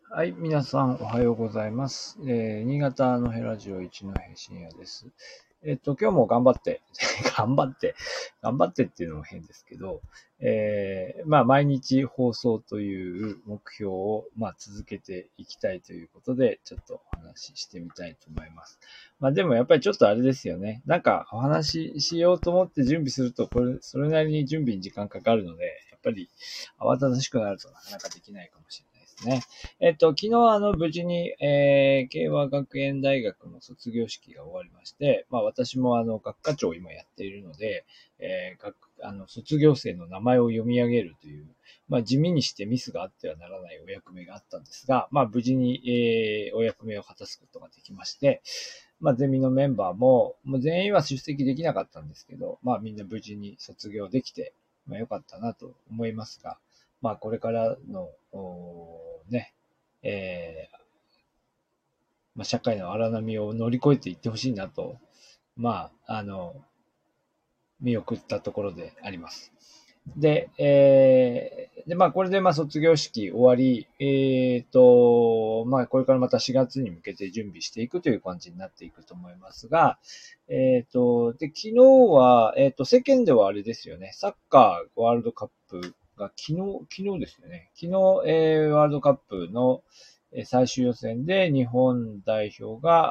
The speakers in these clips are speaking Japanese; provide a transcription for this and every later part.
はい、皆さんおはようございます。新潟のヘラジオ一戸深夜です。今日も頑張って、頑張ってっていうのも変ですけど、毎日放送という目標を、続けていきたいということで、ちょっとお話ししてみたいと思います。でもやっぱりちょっとあれですよね。なんかお話ししようと思って準備すると、それなりに準備に時間かかるので、やっぱり慌ただしくなるとなかなかできないかもしれないですね。昨日無事に、慶和学園大学の卒業式が終わりまして、私も学科長を今やっているので、卒業生の名前を読み上げるという、地味にしてミスがあってはならないお役目があったんですが、無事に、お役目を果たすことができまして、ゼミのメンバーもう全員は出席できなかったんですけど、みんな無事に卒業できて、良かったなと思いますが、これからの、ね、え社会の荒波を乗り越えていってほしいなと、まあ、あの、見送ったところであります。で、これで卒業式終わり、これからまた4月に向けて準備していくという感じになっていくと思いますが、で、昨日は、世間ではあれですよね、サッカーワールドカップが昨日ですよね。昨日、ワールドカップの最終予選で日本代表が、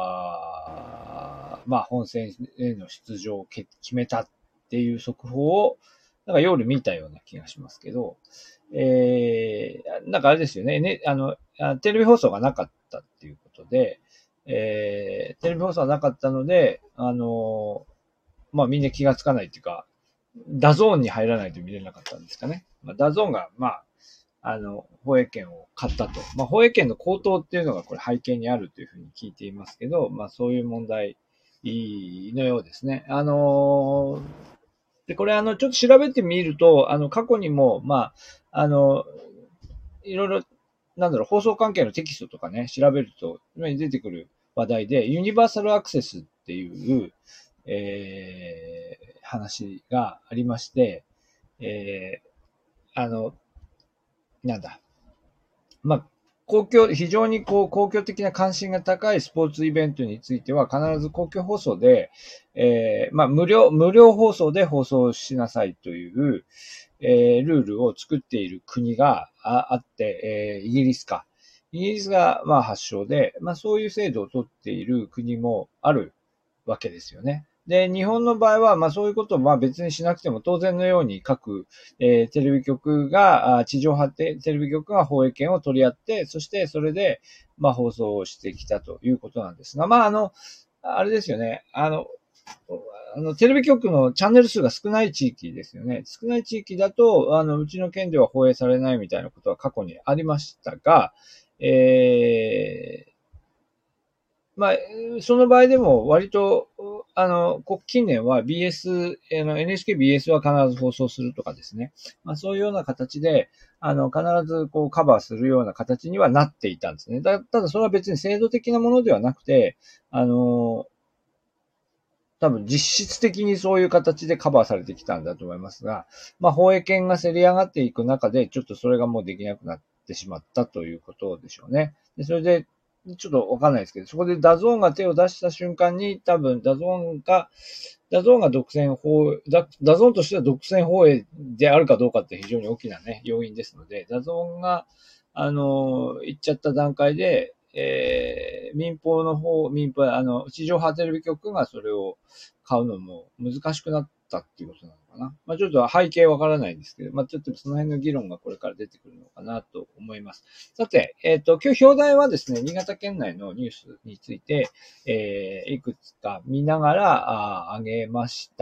本戦への出場を決めたっていう速報を、なんか夜見たような気がしますけど、なんかあれですよね、テレビ放送がなかったっていうことで、テレビ放送がなかったので、みんな気がつかないっていうか、ダゾーンに入らないと見れなかったんですかね。ダゾーンが、放映権を買ったと。放映権の高騰っていうのがこれ背景にあるというふうに聞いていますけど、そういう問題のようですね。で、これちょっと調べてみると、過去にも、いろいろ、放送関係のテキストとかね、調べると、出てくる話題で、ユニバーサルアクセスっていう、話がありまして、えー、あの、なんだ、まあ、非常に公共的な関心が高いスポーツイベントについては、必ず公共放送で、無料放送で放送しなさいという、ルールを作っている国があって、イギリスか。イギリスが、発祥で、そういう制度を取っている国もあるわけですよね。で、日本の場合は、そういうことを別にしなくても当然のように各、テレビ局が、地上波テレビ局が放映権を取り合って、そしてそれで、放送をしてきたということなんですが、あれですよね。テレビ局のチャンネル数が少ない地域ですよね。少ない地域だと、うちの県では放映されないみたいなことは過去にありましたが、えまあ、その場合でも割と、近年は BS、NHKBS は必ず放送するとかですね。そういうような形で、必ずカバーするような形にはなっていたんですね。ただそれは別に制度的なものではなくて、多分実質的にそういう形でカバーされてきたんだと思いますが、放映権が競り上がっていく中で、ちょっとそれがもうできなくなってしまったということでしょうね。で、それで、ちょっとわかんないですけど、そこでダゾーンが手を出した瞬間に、多分ダゾーンがダゾーンとしては独占放映であるかどうかって非常に大きなね、要因ですので、ダゾーンが、行っちゃった段階で、民放、地上波テレビ局がそれを買うのも難しくなったっていうことなのかな。ちょっと背景わからないんですけど、ちょっとその辺の議論がこれから出てくるのかなと思います。さて、今日表題はですね、新潟県内のニュースについて、いくつか見ながら、挙げました。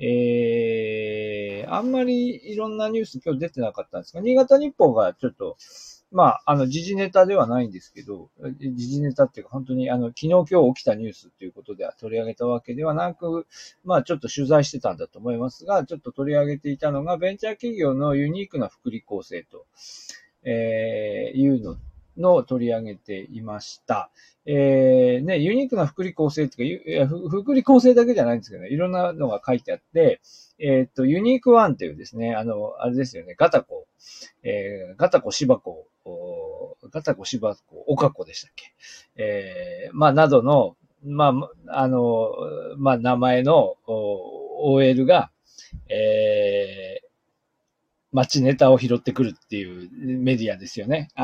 あんまりいろんなニュース今日出てなかったんですが、新潟日報がちょっと、時事ネタではないんですけど、時事ネタっていうか本当に昨日今日起きたニュースっていうことでは取り上げたわけではなく、ちょっと取材してたんだと思いますが、ちょっと取り上げていたのがベンチャー企業のユニークな福利厚生と、いうのを取り上げていました。ユニークな福利厚生っていうか、福利厚生だけじゃないんですけどね、いろんなのが書いてあって、ユニークワンっていうですね、あれですよね、ガタコ芝子ガタコ、芝子、岡子でしたっけ。まあ、などの、まあ、まあ、名前の OL が、街ネタを拾ってくるっていうメディアですよね。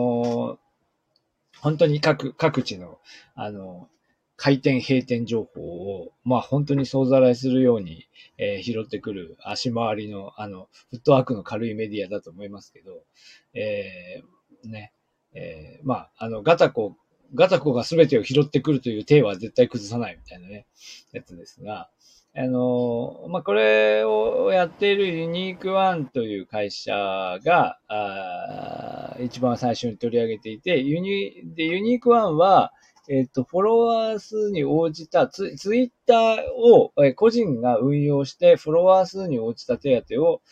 本当に各地の、開店閉店情報を、まあ本当に総ざらいするように、拾ってくる足回りの、フットワークの軽いメディアだと思いますけど、ね、まあ、ガタコが全てを拾ってくるという体は絶対崩さないみたいなね、やつですが、まあ、これをやっているユニークワンという会社が、一番最初に取り上げていて、ユニークワンは、フォロワー数に応じたツイッターを、個人が運用して、フォロワー数に応じた手当を、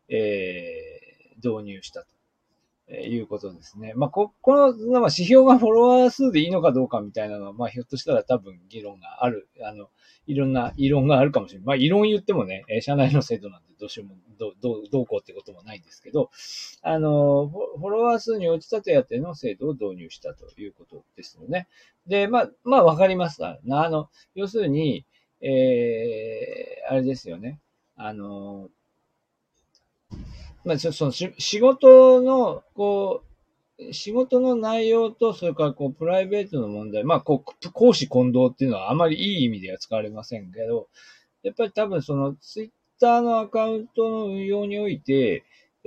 導入したと。いうことですね。まあ、この、まあ、指標がフォロワー数でいいのかどうかみたいなのは、まあ、ひょっとしたら多分議論がある、いろんな異論があるかもしれない。まあ、異論言ってもね、社内の制度なんてどうしようも、どうこうってこともないんですけど、フォロワー数に応じた手当の制度を導入したということですよね。で、まあ、わかりますか要するに、あれですよね。まあ、その仕事の、仕事の内容と、それからプライベートの問題、まあ、公私混同っていうのはあまりいい意味では使われませんけど、やっぱり多分ツイッターのアカウントの運用において、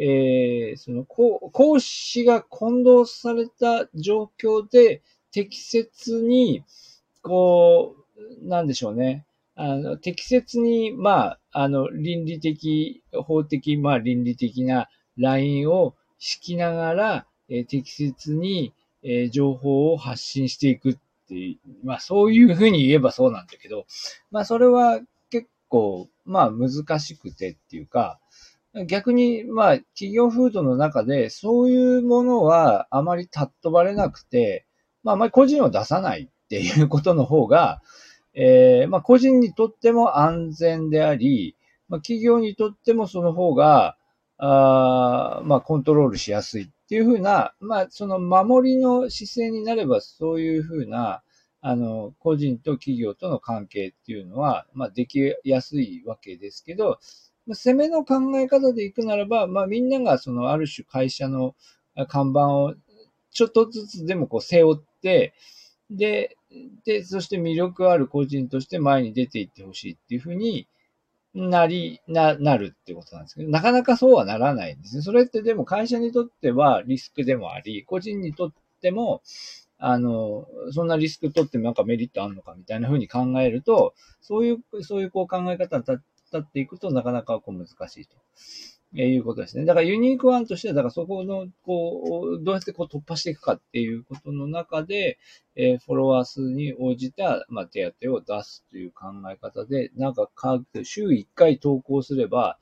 公私が混同された状況で適切に、なんでしょうね。適切に、まあ、倫理的、法的、まあ、倫理的なラインを敷きながら、適切に、情報を発信していくっていう、まあ、そういうふうに言えばそうなんだけど、まあ、それは結構、まあ、難しくてっていうか、逆に、まあ、企業風土の中で、そういうものはあまり尊ばれなくて、まあ、あまり個人を出さないっていうことの方が、まあ、個人にとっても安全であり、まあ、企業にとってもその方が、まあ、コントロールしやすいっていうふうな、まあ、その守りの姿勢になれば、そういうふうな、個人と企業との関係っていうのは、まあ、できやすいわけですけど、攻めの考え方でいくならば、まあ、みんながそのある種会社の看板をちょっとずつでも背負って、で、そして魅力ある個人として前に出ていってほしいっていうふうになるってことなんですけど、なかなかそうはならないんですね。それってでも会社にとってはリスクでもあり、個人にとっても、そんなリスク取ってもなんかメリットあるのかみたいなふうに考えると、そういう考え方に立っていくとなかなか難しいと。いうことですね。だからユニークワンとしては、だからそこの、どうやって突破していくかっていうことの中で、フォロワー数に応じた、まあ、手当を出すという考え方で、なんか週1回投稿すれば、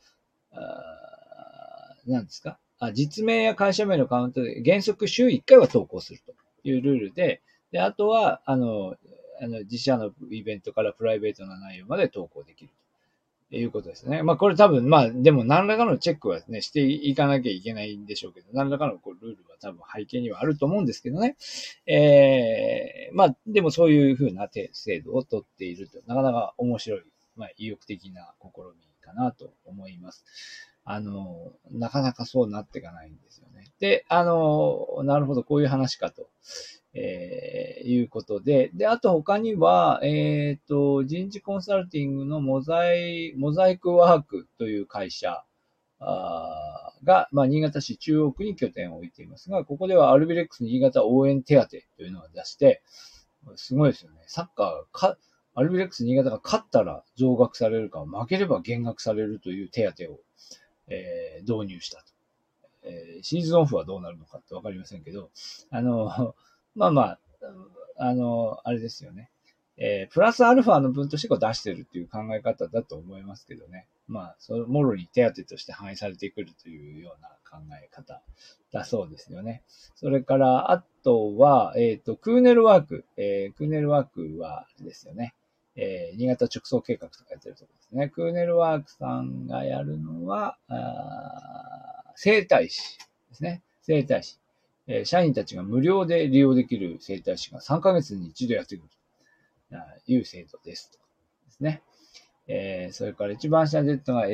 何ですか実名や会社名のカウントで原則週1回は投稿するというルールで、あとは、自社のイベントからプライベートな内容まで投稿できる。いうことですね。まあこれ多分、まあでも何らかのチェックはね、していかなきゃいけないんでしょうけど、何らかのルールは多分背景にはあると思うんですけどね。まあでもそういうふうな制度を取っていると、なかなか面白い、まあ意欲的な試みかなと思います。なかなかそうなっていかないんですよね。で、なるほど、こういう話かと。いうことで、あと他には、人事コンサルティングのモザイクワークという会社が、まあ、新潟市中央区に拠点を置いていますが、ここではアルビレックス新潟応援手当というのを出して、すごいですよね。サッカーアルビレックス新潟が勝ったら増額されるか、負ければ減額されるという手当を、導入したと。シーズンオフはどうなるのかってわかりませんけど、まあまあ、あれですよね。プラスアルファの分として出してるっていう考え方だと思いますけどね。まあ、もろに手当として反映されてくるというような考え方だそうですよね。それから、あとは、クーネルワーク。クーネルワークはですよね。新潟直送計画とかやってるところですね。クーネルワークさんがやるのは、整体師ですね。整体師。 社員たちが無料で利用できる整体師が3ヶ月に一度やってくるという制度です。ですね。それから一番下に出たのが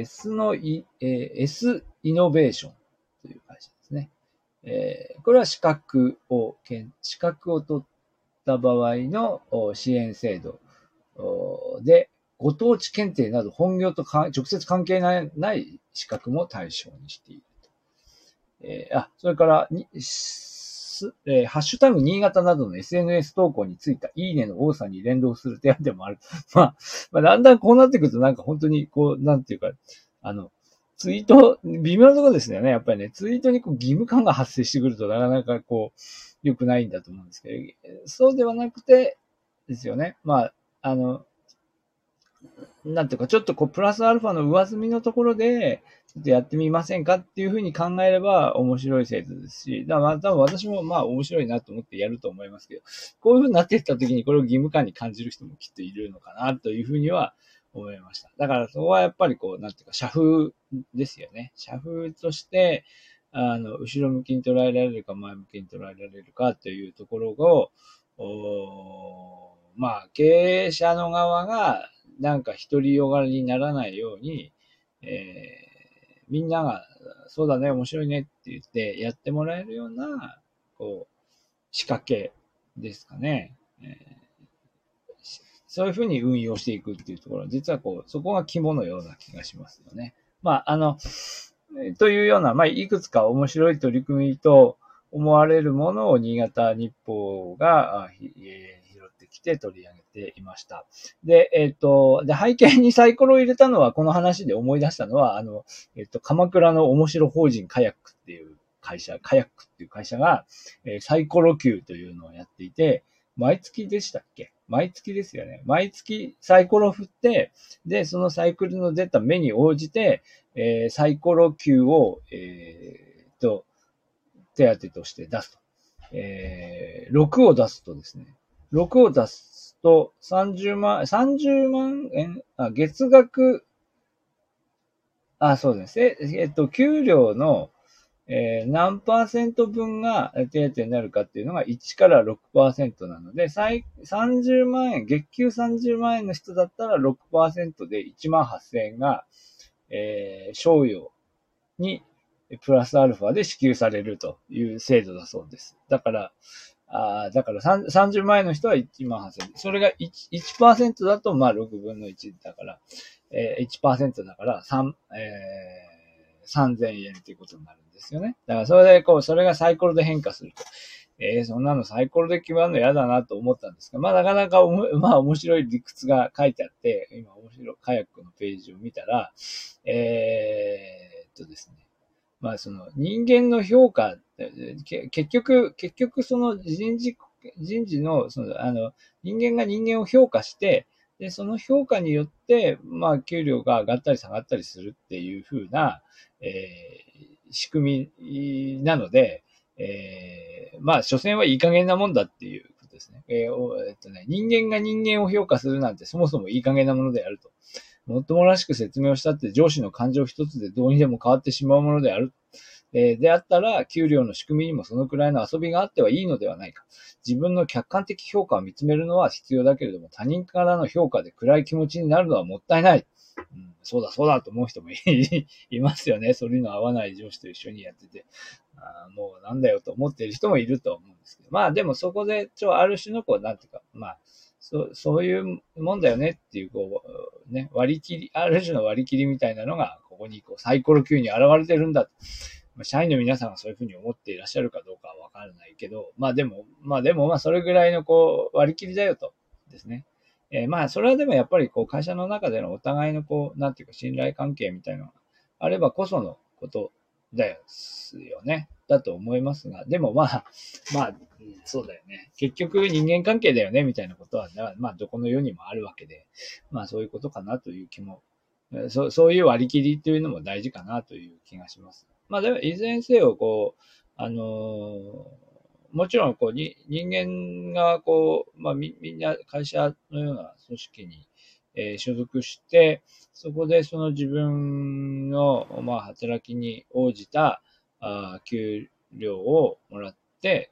S イノベーションという会社ですね。これは資格を取った場合の支援制度で、ご当地検定など本業と直接関係ない資格も対象にしていると。それからハッシュタグ新潟などの SNS 投稿についたいいねの多さに連動する手当もある。だんだんこうなってくるとなんか本当になんていうか、ツイート、微妙なところですよね。やっぱりね、ツイートに義務感が発生してくるとなかなか良くないんだと思うんですけど、そうではなくてですよね。なんていうか、ちょっとプラスアルファの上積みのところで、ちょっとやってみませんかっていうふうに考えれば面白い制度ですし、多分私も面白いなと思ってやると思いますけど、こういうふうになっていった時にこれを義務感に感じる人もきっといるのかなというふうには思いました。だからそこはやっぱりなんていうか、社風ですよね。社風として、後ろ向きに捉えられるか前向きに捉えられるかというところを、経営者の側が、なんか独りよがりにならないように、みんなが、そうだね、面白いねって言ってやってもらえるような、仕掛けですかね。そういうふうに運用していくっていうところ、実はそこが肝のような気がしますよね。というような、いくつか面白い取り組みと思われるものを新潟日報が拾ってきて取り上げていました。で、背景にサイコロを入れたのは、この話で思い出したのは、鎌倉の面白法人カヤックっていう会社が、サイコロ Q というのをやっていて、毎月でしたっけ？毎月ですよね。毎月サイコロ振って、で、そのサイクルの出た目に応じて、サイコロ級を、手当として出すと。6を出すとですね、6を出すと30万円、月額、そうですね。給料の、何パーセント分が手当になるかっていうのが1から6%なので、30万円、月給30万円の人だったら6%で1万8000円が、賞与にプラスアルファで支給されるという制度だそうです。だから30万円の人は1万8000円。それが 1% だと6分の1だから、1% だから3000円ということになるんですよね。だからそれでそれがサイコロで変化すると。そんなのサイコロで決まるの嫌だなと思ったんですが、なかなか面白い理屈が書いてあって、今面白いカヤックのページを見たら、ですね。その人間の評価、結局その人事の、人間が人間を評価して、で、その評価によって、給料が上がったり下がったりするっていう風な、仕組みなので、所詮はいい加減なもんだっていうことですね。人間が人間を評価するなんてそもそもいい加減なものであると。もっともらしく説明をしたって上司の感情一つでどうにでも変わってしまうものである。であったら、給料の仕組みにもそのくらいの遊びがあってはいいのではないか。自分の客観的評価を見つめるのは必要だけれども、他人からの評価で暗い気持ちになるのはもったいない。そうだと思う人もいますよね。そういうの合わない上司と一緒にやってて。もうなんだよと思っている人もいると思うんですけど。でもそこで、ある種のなんていうか、そういうもんだよねっていう、割り切り、ある種の割り切りみたいなのが、ここにサイコロ級に現れてるんだ。社員の皆さんがそういうふうに思っていらっしゃるかどうかはわからないけど、でも、それぐらいの割り切りだよとですね。それはでもやっぱり会社の中でのお互いのなんていうか信頼関係みたいなのがあればこそのことですよね。だと思いますが、でもそうだよね。結局人間関係だよね、みたいなことは、どこの世にもあるわけで、そういうことかなという気も、そういう割り切りっていうのも大事かなという気がします。でも、いずれにせよ、もちろん、人間が、みんな会社のような組織に、所属して、そこでその自分の、働きに応じた、給料をもらって、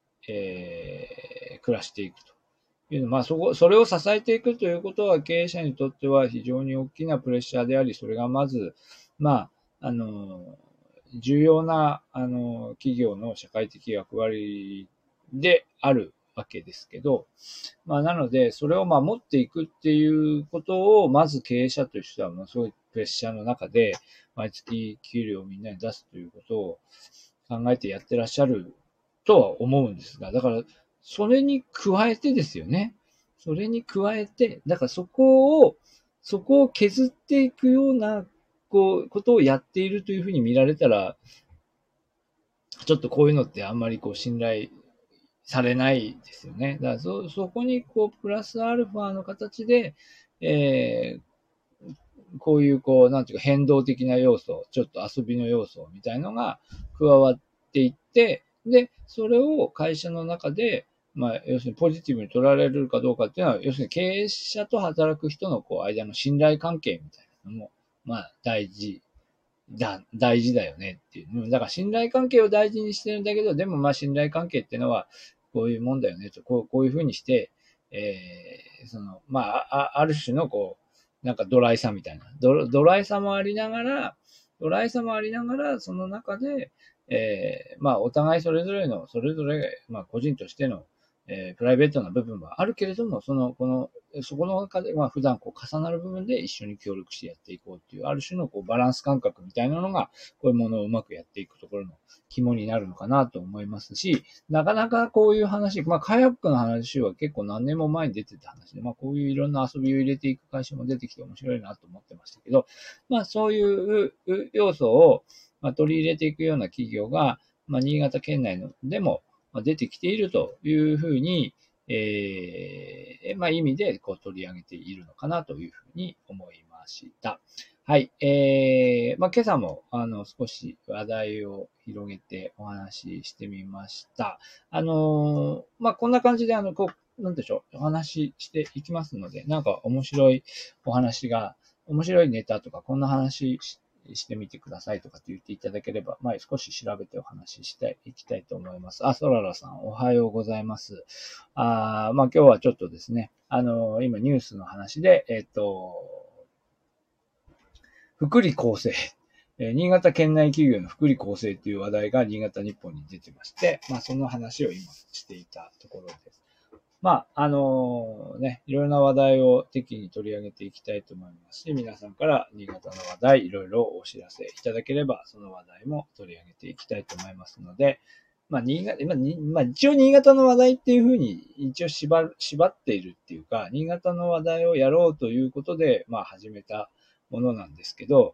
暮らしていくというの。まあ、それを支えていくということは経営者にとっては非常に大きなプレッシャーであり、それがまず、まあ、重要な、企業の社会的役割であるわけですけど、まあ、なので、それを守っていくっていうことを、まず経営者としては、そういうプレッシャーの中で、毎月給料をみんなに出すということを考えてやってらっしゃるとは思うんですが、だから、それに加えてですよね。それに加えて、だからそこを削っていくような、ことをやっているというふうに見られたら、ちょっとこういうのってあんまり信頼されないですよね。だからそこにプラスアルファの形で、えこういう、なんていうか変動的な要素、ちょっと遊びの要素みたいのが加わっていって、で、それを会社の中で、要するにポジティブに取られるかどうかっていうのは、要するに経営者と働く人の間の信頼関係みたいなのも、大事だよねっていう。だから信頼関係を大事にしてるんだけど、でも信頼関係っていうのは、こういうもんだよねと、こういうふうにして、ある種のなんかドライさみたいな。ドライさもありながら、その中で、お互いそれぞれ、個人としての、プライベートな部分はあるけれども、そこの中で、普段重なる部分で一緒に協力してやっていこうっていう、ある種のバランス感覚みたいなのが、こういうものをうまくやっていくところの肝になるのかなと思いますし、なかなかこういう話、カヤックの話は結構何年も前に出てた話で、こういういろんな遊びを入れていく会社も出てきて面白いなと思ってましたけど、そういう要素を取り入れていくような企業が、新潟県内のでも出てきているというふうに、意味で取り上げているのかなというふうに思いました。はい。今朝も、少し話題を広げてお話ししてみました。こんな感じで、なんでしょう、お話ししていきますので、なんか面白いネタとか、こんな話してみてくださいとかって言っていただければ、少し調べてお話ししていきたいと思います。ソララさん、おはようございます。今日はちょっとですね、今ニュースの話で、福利厚生。新潟県内企業の福利厚生という話題が新潟日報に出てまして、その話を今していたところです。いろいろな話題を適宜取り上げていきたいと思いますし、皆さんから新潟の話題、いろいろお知らせいただければ、その話題も取り上げていきたいと思いますので、一応新潟の話題っていうふうに、一応縛っているっていうか、新潟の話題をやろうということで、始めたものなんですけど、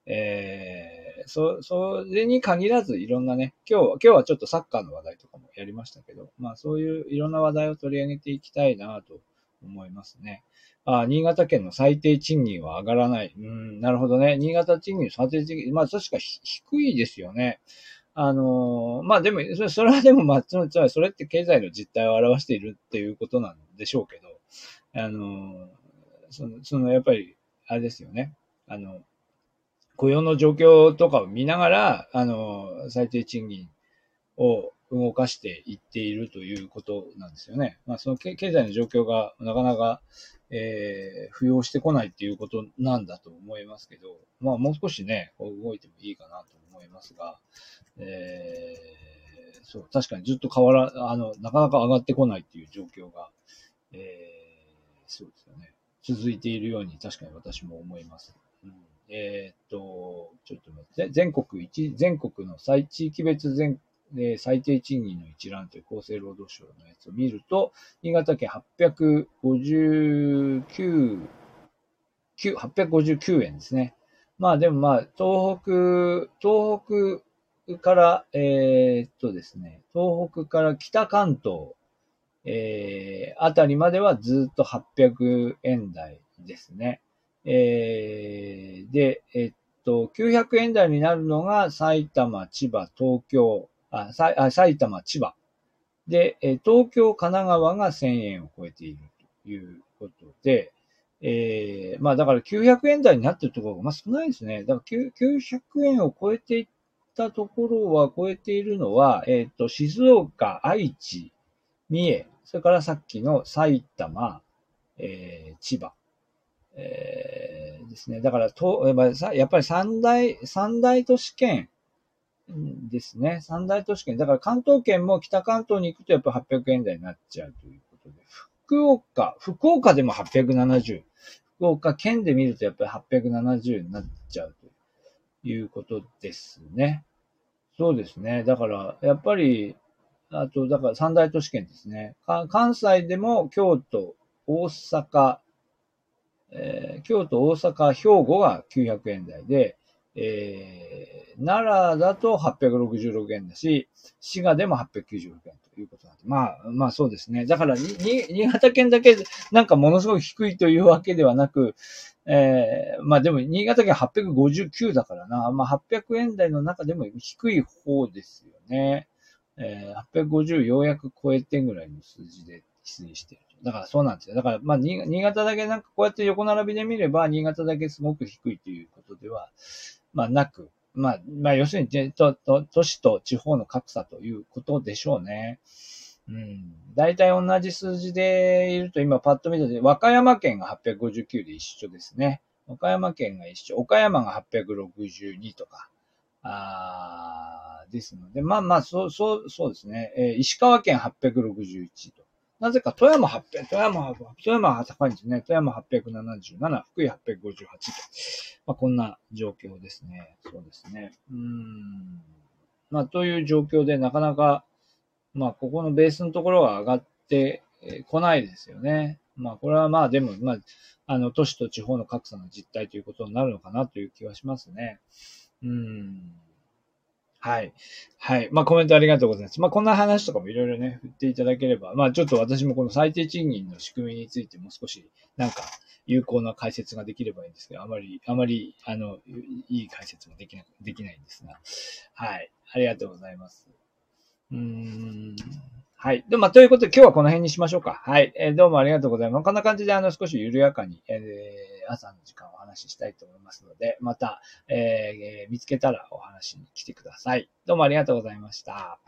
それに限らずいろんなね、今日はちょっとサッカーの話題とかもやりましたけど、そういういろんな話題を取り上げていきたいなと思いますね。新潟県の最低賃金は上がらない。なるほどね。新潟賃金、最低賃金、確か低いですよね。でも、それはでも、つまりそれって経済の実態を表しているっていうことなんでしょうけど、やっぱり、あれですよね。雇用の状況とかを見ながら、最低賃金を動かしていっているということなんですよね。その経済の状況がなかなか、浮揚してこないっていうことなんだと思いますけど、もう少しね、動いてもいいかなと思いますが、そう、確かにずっとなかなか上がってこないっていう状況が、そうですよね。続いているように確かに私も思います。ちょっと待って、全国の地域別最低賃金の一覧という厚生労働省のやつを見ると、新潟県859円ですね。でも東北から、ですね、東北から北関東、あたりまではずっと800円台ですね。900円台になるのが埼玉、千葉、東京、埼玉、千葉。で、東京、神奈川が1000円を超えているということで、だから900円台になっているところが、少ないですね。だから900円を超えてたところは、超えているのは、静岡、愛知、三重、それからさっきの埼玉、千葉、ですね。だから、やっぱり三大都市圏ですね。三大都市圏。だから関東圏も北関東に行くとやっぱ800円台になっちゃうということで。福岡でも870。福岡県で見るとやっぱり870になっちゃうということですね。そうですね。だから、やっぱり、だから三大都市圏ですね。関西でも京都、大阪、京都、大阪、兵庫が900円台で、奈良だと866円だし、滋賀でも896円ということなんで、まあそうですね。だから新潟県だけなんかものすごく低いというわけではなく、まあでも新潟県859だからな、まあ800円台の中でも低い方ですよね。850ようやく超えてぐらいの数字で推移している。だからそうなんですよ。だからまあ新潟だけなんかこうやって横並びで見れば、新潟だけすごく低いということでは、まあなく、まあ要するに都市と地方の格差ということでしょうね。うん。大体同じ数字でいると今パッと見たで、和歌山県が859で一緒ですね。和歌山県が一緒。岡山が862とか。ですので、そうですね。石川県861と。なぜか富山は高いんですね。富山877、福井858と。まあ、こんな状況ですね。そうですね。まあ、という状況でなかなか、まあ、ここのベースのところは上がってこないですよね。まあ、これはまあ、でも、まあ、都市と地方の格差の実態ということになるのかなという気はしますね。はい。はい。まあ、コメントありがとうございます。まあ、こんな話とかもいろいろね、振っていただければ、まあ、ちょっと私もこの最低賃金の仕組みについてもう少し、なんか、有効な解説ができればいいんですけど、あまり、いい解説もできないんですが。はい。ありがとうございます。はい。で、まあ、ということで今日はこの辺にしましょうか。はい。どうもありがとうございます。こんな感じで少し緩やかに、朝の時間をお話ししたいと思いますので、また、見つけたらお話に来てください。どうもありがとうございました。